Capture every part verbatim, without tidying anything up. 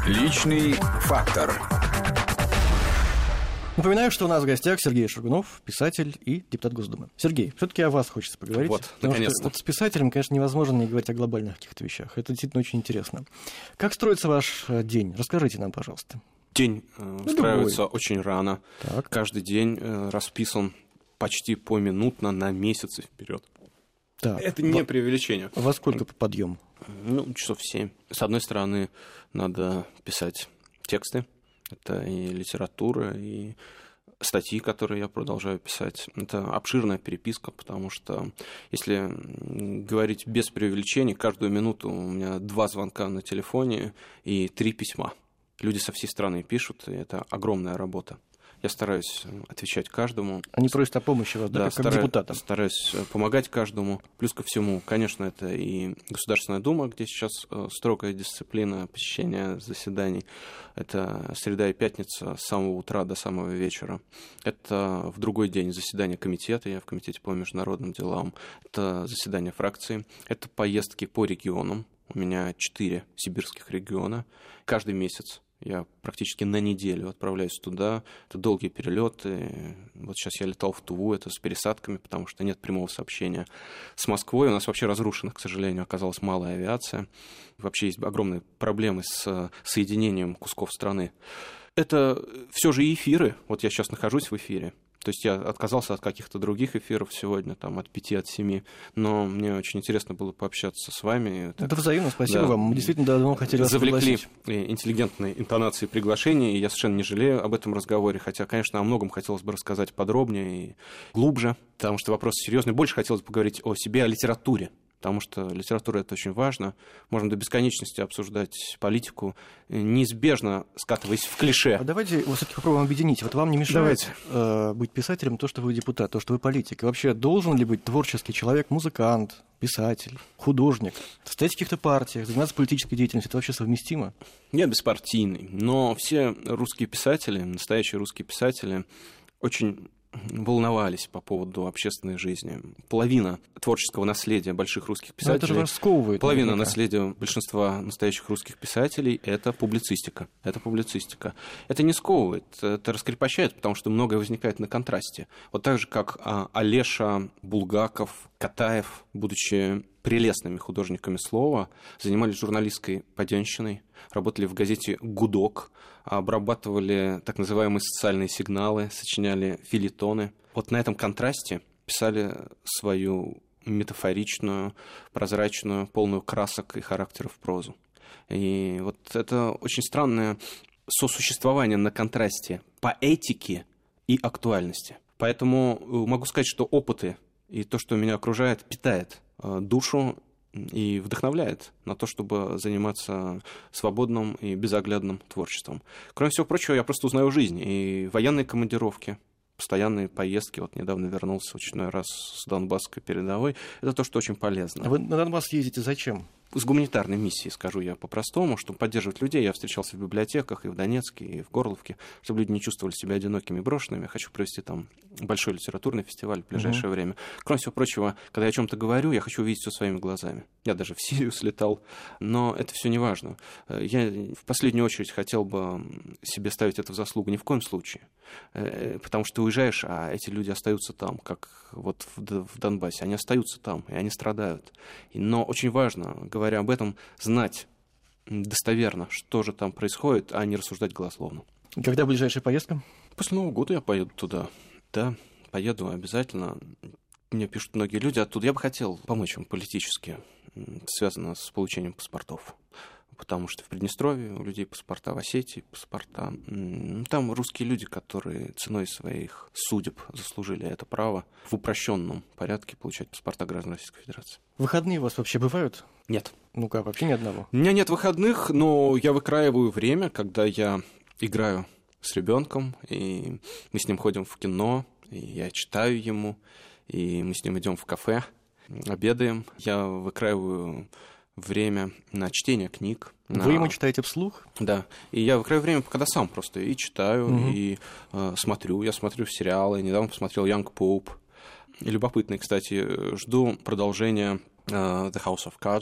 Личный фактор. Напоминаю, что у нас в гостях Сергей Шургунов, писатель и депутат Госдумы. Сергей, все-таки о вас хочется поговорить. Вот, наконец-то. Вот с писателем, конечно, невозможно не говорить о глобальных каких-то вещах. Это действительно очень интересно. Как строится ваш день? Расскажите нам, пожалуйста. День э, устраивается любой. Очень рано. Так. Каждый день э, расписан почти поминутно на месяцы вперед. Так. Это не Во... преувеличение. Во сколько подъем? Ну, часов семь. С одной стороны, надо писать тексты. Это и литература, и статьи, которые я продолжаю писать. Это обширная переписка, потому что, если говорить без преувеличений, каждую минуту у меня два звонка на телефоне и три письма. Люди со всей страны пишут, и это огромная работа. Я стараюсь отвечать каждому. Они просят о помощи вас, да, да как, стараюсь, как депутата? Стараюсь помогать каждому. Плюс ко всему, конечно, это и Государственная Дума, где сейчас строгая дисциплина посещения заседаний. Это среда и пятница с самого утра до самого вечера. Это в другой день заседание комитета, я в комитете по международным делам. Это заседание фракции. Это поездки по регионам. У меня четыре сибирских региона. Каждый месяц я практически на неделю отправляюсь туда. Это долгие перелеты. Вот сейчас я летал в Туву, это с пересадками, потому что нет прямого сообщения с Москвой. У нас вообще разрушена, к сожалению, оказалась малая авиация. Вообще есть огромные проблемы с соединением кусков страны. Это все же эфиры. Вот я сейчас нахожусь в эфире. То есть я отказался от каких-то других эфиров сегодня, там, от пяти, от семи, но мне очень интересно было пообщаться с вами. Это так, взаимно, спасибо да, вам. Мы действительно давно хотели вас завлекли пригласить. Интеллигентные интонации приглашения, и я совершенно не жалею об этом разговоре, хотя, конечно, о многом хотелось бы рассказать подробнее и глубже, потому что вопрос серьезный. Больше хотелось бы поговорить о себе, о литературе. Потому что литература — это очень важно. Можно до бесконечности обсуждать политику, неизбежно скатываясь в клише. А давайте вот все-таки попробуем объединить. Вот вам не мешает э, быть писателем то, что вы депутат, то, что вы политик. И вообще, должен ли быть творческий человек, музыкант, писатель, художник, состоять в каких-то партиях, заниматься политической деятельностью? Это вообще совместимо? Я беспартийный, но все русские писатели, настоящие русские писатели, очень волновались по поводу общественной жизни. Половина творческого наследия больших русских писателей... Но это же расковывает. Половина наверняка. наследия большинства настоящих русских писателей — это публицистика. Это публицистика. Это не сковывает, это раскрепощает, потому что многое возникает на контрасте. Вот так же, как Олеша, Булгаков, Катаев, будучи прелестными художниками слова, занимались журналистской поденщиной, работали в газете «Гудок», обрабатывали так называемые социальные сигналы, сочиняли фельетоны. Вот на этом контрасте писали свою метафоричную, прозрачную, полную красок и характеров прозу. И вот это очень странное сосуществование на контрасте поэтики и актуальности. Поэтому могу сказать, что опыты и то, что меня окружает, питает душу и вдохновляет на то, чтобы заниматься свободным и безоглядным творчеством. Кроме всего прочего, я просто узнаю жизнь. И военные командировки, постоянные поездки. Вот недавно вернулся в очередной раз с Донбасской передовой. Это то, что очень полезно. А вы на Донбасс ездите зачем? С гуманитарной миссией, скажу я по-простому, чтобы поддерживать людей. Я встречался в библиотеках и в Донецке, и в Горловке, чтобы люди не чувствовали себя одинокими и брошенными. Я хочу провести там большой литературный фестиваль в ближайшее uh-huh. время. Кроме всего прочего, когда я о чем-то говорю, я хочу увидеть все своими глазами. Я даже в Сирию слетал, но это все не важно. Я в последнюю очередь хотел бы себе ставить это в заслугу. Ни в коем случае. Потому что ты уезжаешь, а эти люди остаются там, как вот в Донбассе. Они остаются там, и они страдают. Но очень важно, говоря об этом, знать достоверно, что же там происходит, а не рассуждать голословно. Когда ближайшая поездка? После Нового года я поеду туда. Да, поеду обязательно. Мне пишут многие люди оттуда. Я бы хотел помочь им политически, связано с получением паспортов. Потому что в Приднестровье у людей паспорта, в Осетии паспорта. Там русские люди, которые ценой своих судеб заслужили это право в упрощенном порядке получать паспорта граждан Российской Федерации. Выходные у вас вообще бывают? Нет. Ну как, вообще ни одного? У меня нет выходных, но я выкраиваю время, когда я играю с ребенком, и мы с ним ходим в кино, и я читаю ему, и мы с ним идем в кафе, обедаем. Я выкраиваю время на чтение книг. Вы на... ему читаете вслух? Да. И я выкраиваю время, когда сам просто и читаю, угу. и э, смотрю. Я смотрю сериалы. Недавно посмотрел Young Pope. И любопытный, кстати, жду продолжения э, The House of Cards.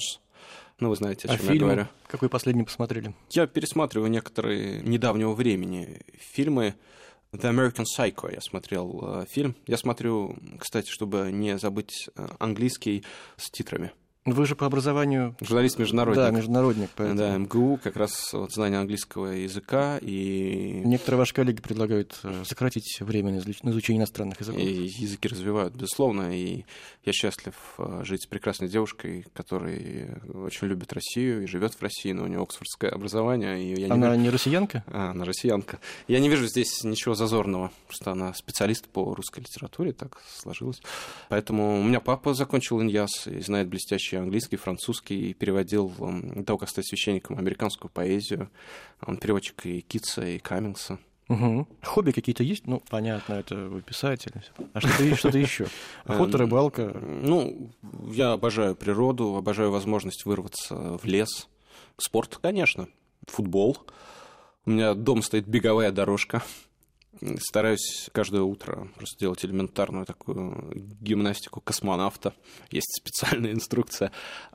Ну, вы знаете, о а чем фильмы? я говорю. Какой последний посмотрели? Я пересматриваю некоторые недавнего времени фильмы. The American Psycho я смотрел э, фильм. Я смотрю, кстати, чтобы не забыть английский с титрами. Вы же по образованию... Журналист-международник. Да, международник. Поэтому... Да, эм гэ у, как раз вот, знание английского языка. И... Некоторые ваши коллеги предлагают сократить время на изучение иностранных языков. И языки развивают, безусловно. И я счастлив жить с прекрасной девушкой, которая очень любит Россию и живет в России, но у нее оксфордское образование. И я не она вижу... не россиянка? А, она россиянка. Я не вижу здесь ничего зазорного. Просто она специалист по русской литературе, так сложилось. Поэтому у меня папа закончил иньяс и знает блестящий английский, французский, и переводил до того, как стать священником, американскую поэзию. Он переводчик и Китса, и Каммингса. Угу. Хобби какие-то есть? Ну, понятно, это вы писатель. А что-то, что-то еще? Охота, рыбалка? Ну, я обожаю природу, обожаю возможность вырваться в лес. Спорт, конечно. Футбол. У меня дома стоит беговая дорожка. Стараюсь каждое утро просто делать элементарную такую гимнастику космонавта. Есть специальная инструкция.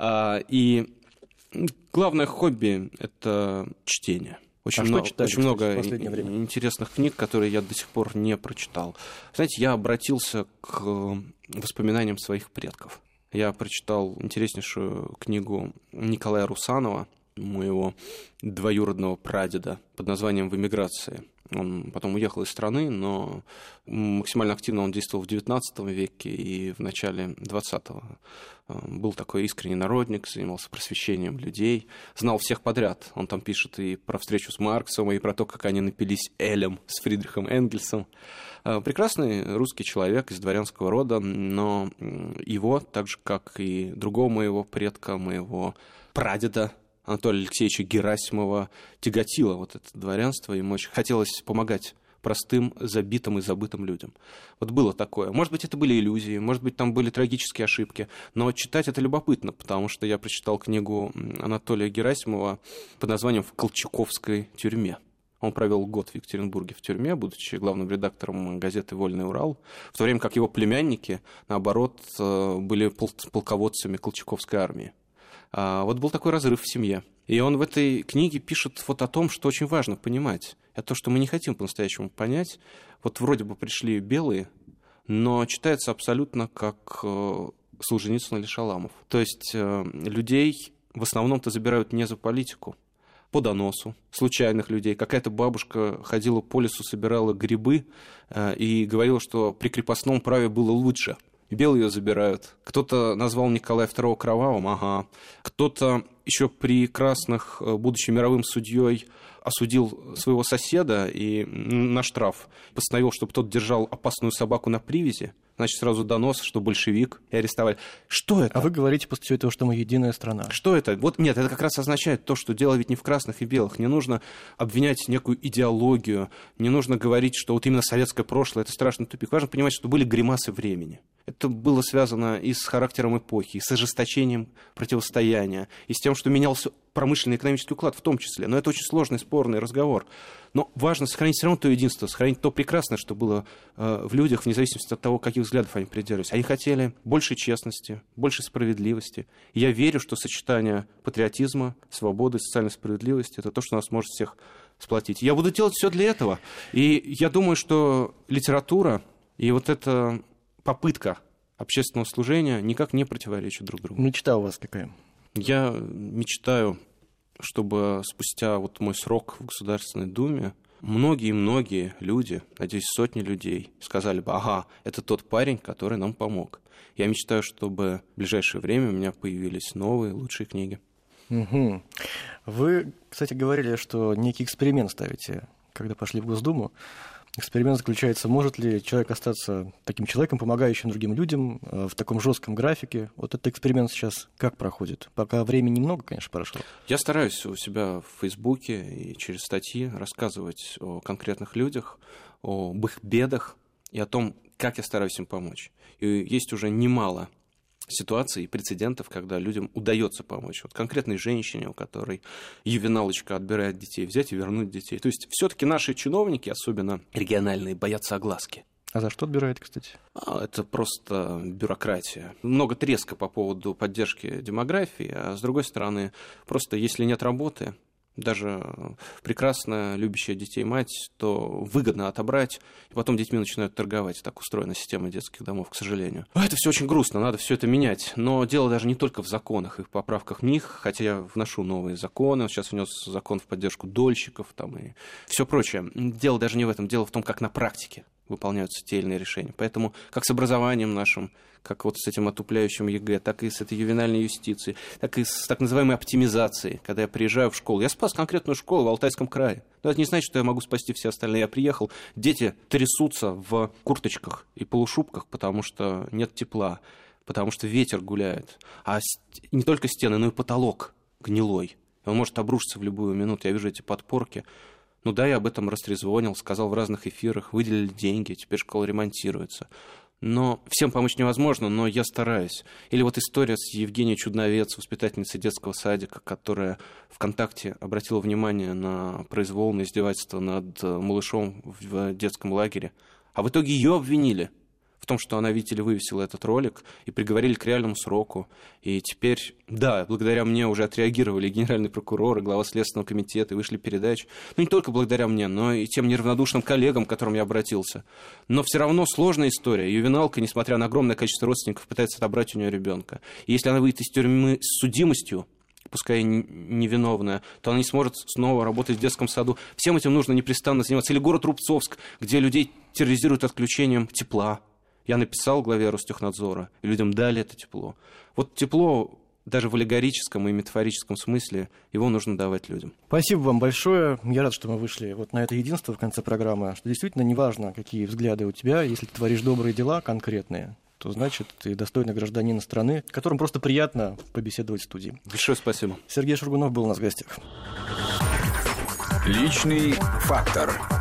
И главное хобби — это чтение. Очень, а много, читали, очень много время? интересных книг, которые я до сих пор не прочитал. Знаете, я обратился к воспоминаниям своих предков. Я прочитал интереснейшую книгу Николая Русанова, моего двоюродного прадеда, под названием «В эмиграции». Он потом уехал из страны, но максимально активно он действовал в девятнадцатом веке и в начале двадцатого. Был такой искренний народник, занимался просвещением людей, знал всех подряд. Он там пишет и про встречу с Марксом, и про то, как они напились элем с Фридрихом Энгельсом. Прекрасный русский человек из дворянского рода, но его, так же, как и другого моего предка, моего прадеда, Анатолия Алексеевича Герасимова, тяготило вот это дворянство, ему очень хотелось помогать простым, забитым и забытым людям. Вот было такое. Может быть, это были иллюзии, может быть, там были трагические ошибки, но читать это любопытно, потому что я прочитал книгу Анатолия Герасимова под названием «В Колчаковской тюрьме». Он провел год в Екатеринбурге в тюрьме, будучи главным редактором газеты «Вольный Урал», в то время как его племянники, наоборот, были полководцами Колчаковской армии. Вот был такой разрыв в семье. И он в этой книге пишет вот о том, что очень важно понимать. Это то, что мы не хотим по-настоящему понять. Вот вроде бы пришли белые, но читается абсолютно как Солженицын или Шаламов. То есть людей в основном-то забирают не за политику, по доносу, случайных людей. Какая-то бабушка ходила по лесу, собирала грибы и говорила, что при крепостном праве было лучше. Белые ее забирают. Кто-то назвал Николая второго кровавым, ага. Кто-то еще при красных, будучи мировым судьей, осудил своего соседа и на штраф постановил, чтобы тот держал опасную собаку на привязи. Значит, сразу донос, что большевик, и арестовали. Что это? А вы говорите после всего этого, что мы единая страна. Что это? Вот нет, это как раз означает то, что дело ведь не в красных и белых. Не нужно обвинять некую идеологию, не нужно говорить, что вот именно советское прошлое — это страшный тупик. Важно понимать, что были гримасы времени. Это было связано и с характером эпохи, и с ожесточением противостояния, и с тем, что менялся промышленный экономический уклад в том числе. Но это очень сложный, спорный разговор. Но важно сохранить все равно то единство, сохранить то прекрасное, что было э, в людях, вне зависимости от того, каких взглядов они придерживались. Они хотели большей честности, большей справедливости. И я верю, что сочетание патриотизма, свободы, социальной справедливости — это то, что нас может всех сплотить. Я буду делать все для этого. И я думаю, что литература и вот эта попытка общественного служения никак не противоречат друг другу. Мечта у вас какая? Я мечтаю, чтобы спустя вот мой срок в Государственной Думе многие-многие люди, надеюсь, сотни людей, сказали бы: ага, это тот парень, который нам помог. Я мечтаю, чтобы в ближайшее время у меня появились новые, лучшие книги. Угу. Вы, кстати, говорили, что некий эксперимент ставите, когда пошли в Госдуму. Эксперимент заключается, может ли человек остаться таким человеком, помогающим другим людям в таком жестком графике. Вот этот эксперимент сейчас как проходит? Пока времени немного, конечно, прошло. Я стараюсь у себя в Фейсбуке и через статьи рассказывать о конкретных людях, об их бедах и о том, как я стараюсь им помочь. И есть уже немало ситуаций и прецедентов, когда людям удается помочь. Вот конкретной женщине, у которой ювеналочка отбирает детей, взять и вернуть детей. То есть все-таки наши чиновники, особенно региональные, боятся огласки. А за что отбирает, кстати? А, это просто бюрократия. Много треска по поводу поддержки демографии, а с другой стороны, просто если нет работы, даже прекрасная, любящая детей мать, то выгодно отобрать, и потом детьми начинают торговать. Так устроена система детских домов, к сожалению. Это все очень грустно, надо все это менять. Но дело даже не только в законах и в поправках в них, хотя я вношу новые законы, сейчас внес закон в поддержку дольщиков там, и все прочее. Дело даже не в этом, дело в том, как на практике выполняются те или иные решения. Поэтому как с образованием нашим, как вот с этим отупляющим ЕГЭ, так и с этой ювенальной юстицией, так и с так называемой оптимизацией. Когда я приезжаю в школу, я спас конкретную школу в Алтайском крае. Но это не значит, что я могу спасти все остальные. Я приехал, дети трясутся в курточках и полушубках, потому что нет тепла, потому что ветер гуляет. А не только стены, но и потолок гнилой. Он может обрушиться в любую минуту. Я вижу эти подпорки. Ну да, я об этом растрезвонил, сказал в разных эфирах, выделили деньги, теперь школа ремонтируется. Но всем помочь невозможно, но я стараюсь. Или вот история с Евгенией Чудновец, воспитательницей детского садика, которая ВКонтакте обратила внимание на произвол, на издевательство над малышом в детском лагере. А в итоге ее обвинили в том, что она, видите ли, вывесила этот ролик и приговорили к реальному сроку. И теперь, да, благодаря мне уже отреагировали генеральный прокурор и глава Следственного комитета, и вышли передачи. Ну, не только благодаря мне, но и тем неравнодушным коллегам, к которым я обратился. Но все равно сложная история. Ювеналка, несмотря на огромное количество родственников, пытается отобрать у нее ребенка. И если она выйдет из тюрьмы с судимостью, пускай и невиновная, то она не сможет снова работать в детском саду. Всем этим нужно непрестанно заниматься. Или город Рубцовск, где людей терроризируют отключением тепла. Я написал главе Ростехнадзора, и людям дали это тепло. Вот тепло даже в аллегорическом и метафорическом смысле, его нужно давать людям. Спасибо вам большое. Я рад, что мы вышли вот на это единство в конце программы, что действительно неважно, какие взгляды у тебя, если ты творишь добрые дела конкретные, то значит ты достойный гражданин страны, которым просто приятно побеседовать в студии. Большое спасибо. Сергей Шургунов был у нас в гостях. Личный фактор.